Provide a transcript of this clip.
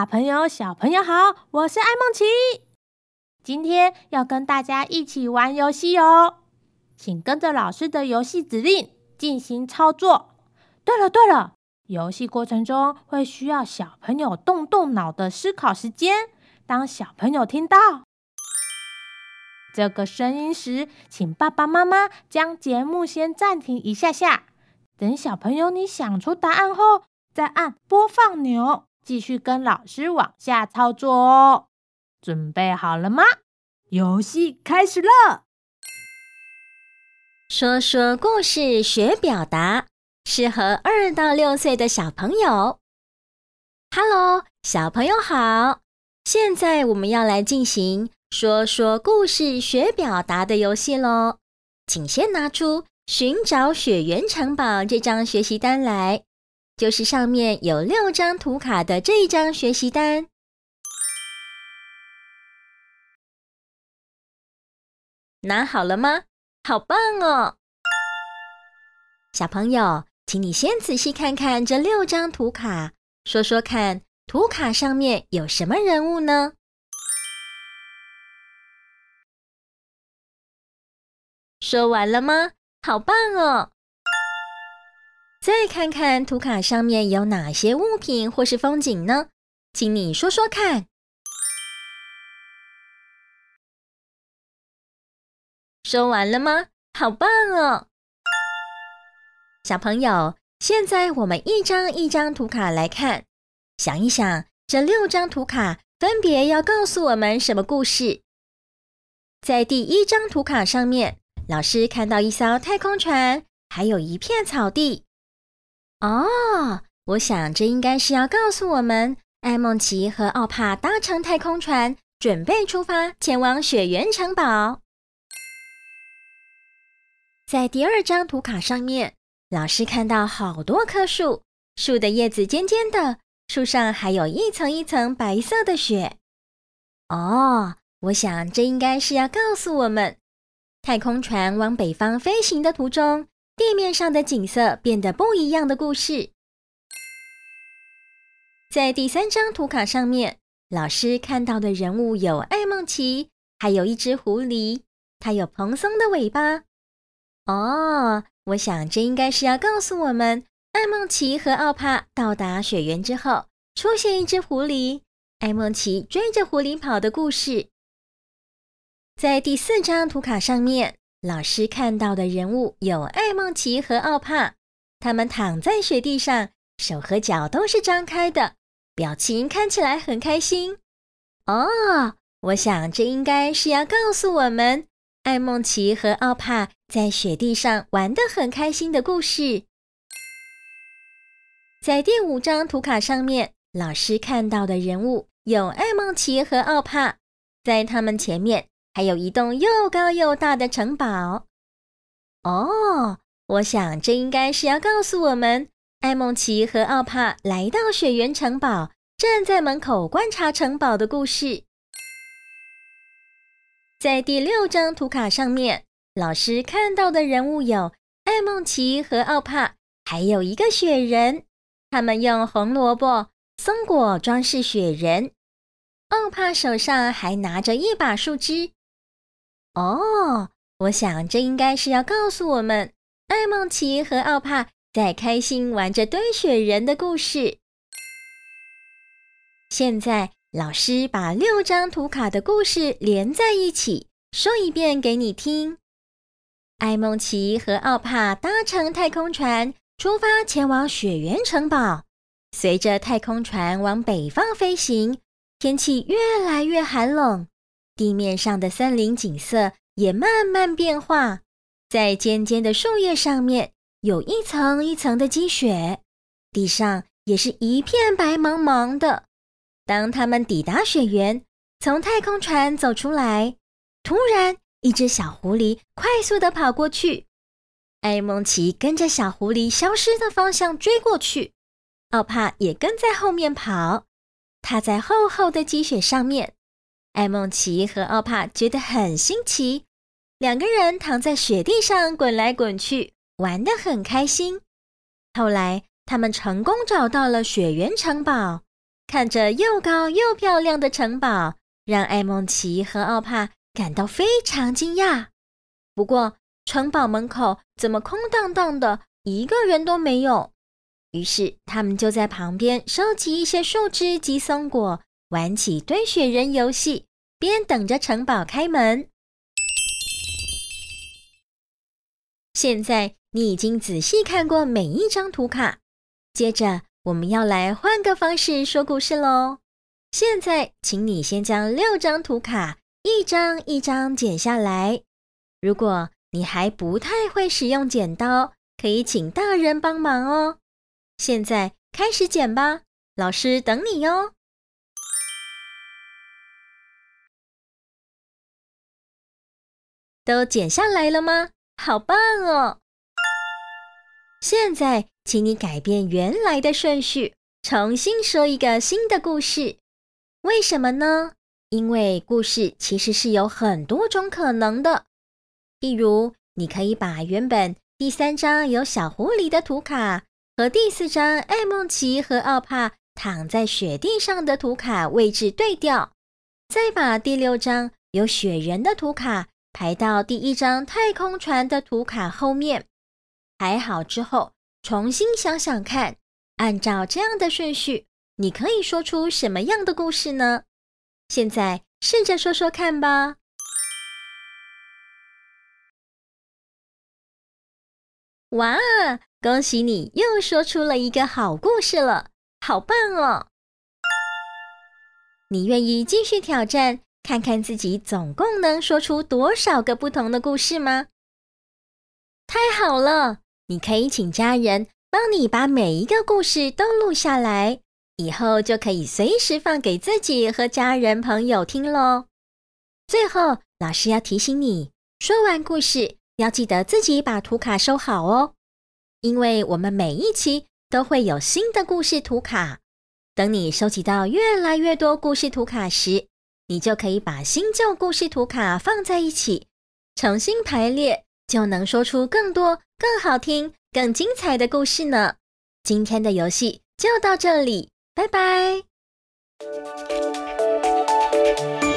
大朋友、小朋友好，我是艾梦琪。今天要跟大家一起玩游戏哦，请跟着老师的游戏指令进行操作。对了，游戏过程中会需要小朋友动脑的思考时间。当小朋友听到这个声音时，请爸爸妈妈将节目先暂停一下，等小朋友你想出答案后，再按播放钮，继续跟老师往下操作哦。准备好了吗？游戏开始了！ 说说故事学表达，适合2到6岁的小朋友。Hello， 小朋友好！现在我们要来进行说说故事学表达的游戏咯。请先拿出寻找雪原城堡这张学习单来，就是上面有6张图卡的这一张学习单。拿好了吗？好棒哦！小朋友，请你先仔细看看这6张图卡，说说看，图卡上面有什么人物呢？说完了吗？好棒哦！再看看图卡上面有哪些物品或是风景呢？请你说说看。说完了吗？好棒哦！小朋友，现在我们一张一张图卡来看，想一想，这6张图卡分别要告诉我们什么故事？在第1张图卡上面，老师看到一艘太空船，还有一片草地。我想这应该是要告诉我们，艾梦琪和奥帕搭乘太空船，准备出发前往雪原城堡。在第2张图卡上面，老师看到好多棵树，树的叶子尖尖的，树上还有一层一层白色的雪。我想这应该是要告诉我们，太空船往北方飞行的途中，地面上的景色变得不一样的故事。在第3张图卡上面，老师看到的人物有艾梦琪，还有一只狐狸，它有蓬松的尾巴。我想这应该是要告诉我们，艾梦琪和奥帕到达雪原之后，出现一只狐狸，艾梦琪追着狐狸跑的故事。在第4张图卡上面，老师看到的人物有艾梦琪和奥帕，他们躺在雪地上，手和脚都是张开的，表情看起来很开心。我想这应该是要告诉我们，艾梦琪和奥帕在雪地上玩得很开心的故事。在第5张图卡上面，老师看到的人物有艾梦琪和奥帕，在他们前面还有一栋又高又大的城堡。我想这应该是要告诉我们，艾梦琪和奥帕来到雪原城堡，站在门口观察城堡的故事。在第6张图卡上面，老师看到的人物有艾梦琪和奥帕，还有一个雪人，他们用红萝卜、松果装饰雪人，奥帕手上还拿着一把树枝。我想这应该是要告诉我们，艾梦琪和奥帕在开心玩着堆雪人的故事。现在老师把6张图卡的故事连在一起，说一遍给你听。艾梦琪和奥帕搭乘太空船，出发前往雪原城堡。随着太空船往北方飞行，天气越来越寒冷，地面上的森林景色也慢慢变化。在尖尖的树叶上面，有一层一层的积雪，地上也是一片白茫茫的。当他们抵达雪原，从太空船走出来，突然一只小狐狸快速地跑过去，艾梦琪跟着小狐狸消失的方向追过去，奥帕也跟在后面跑，踏在厚厚的积雪上面。艾梦琪和奥帕觉得很新奇，两个人躺在雪地上滚来滚去，玩得很开心。后来他们成功找到了雪原城堡， 看着又高又漂亮的城堡，让艾梦琪和奥帕感到非常惊讶。不过，城堡门口怎么空荡荡的，一个人都没有？于是，他们就在旁边收集一些树枝及松果，玩起堆雪人游戏，边等着城堡开门。现在你已经仔细看过每一张图卡，接着我们要来换个方式说故事咯。现在请你先将6张图卡一张一张剪下来。如果你还不太会使用剪刀，可以请大人帮忙哦。现在开始剪吧，老师等你哦。都剪下来了吗？好棒哦！现在请你改变原来的顺序，重新说一个新的故事。为什么呢？因为故事其实是有很多种可能的。例如，你可以把原本第3张有小狐狸的图卡和第4张艾梦琪和奥帕躺在雪地上的图卡位置对调，再把第6张有雪人的图卡排到第1张太空船的图卡后面。排好之后，重新想想看，按照这样的顺序，你可以说出什么样的故事呢？现在试着说说看吧。哇，恭喜你又说出了一个好故事了，好棒哦！你愿意继续挑战，看看自己总共能说出多少个不同的故事吗？太好了，你可以请家人帮你把每一个故事都录下来，以后就可以随时放给自己和家人朋友听咯。最后，老师要提醒你，说完故事要记得自己把图卡收好哦，因为我们每一期都会有新的故事图卡。等你收集到越来越多故事图卡时，你就可以把新旧故事图卡放在一起，重新排列，就能说出更多、更好听、更精彩的故事呢。今天的游戏就到这里，拜拜。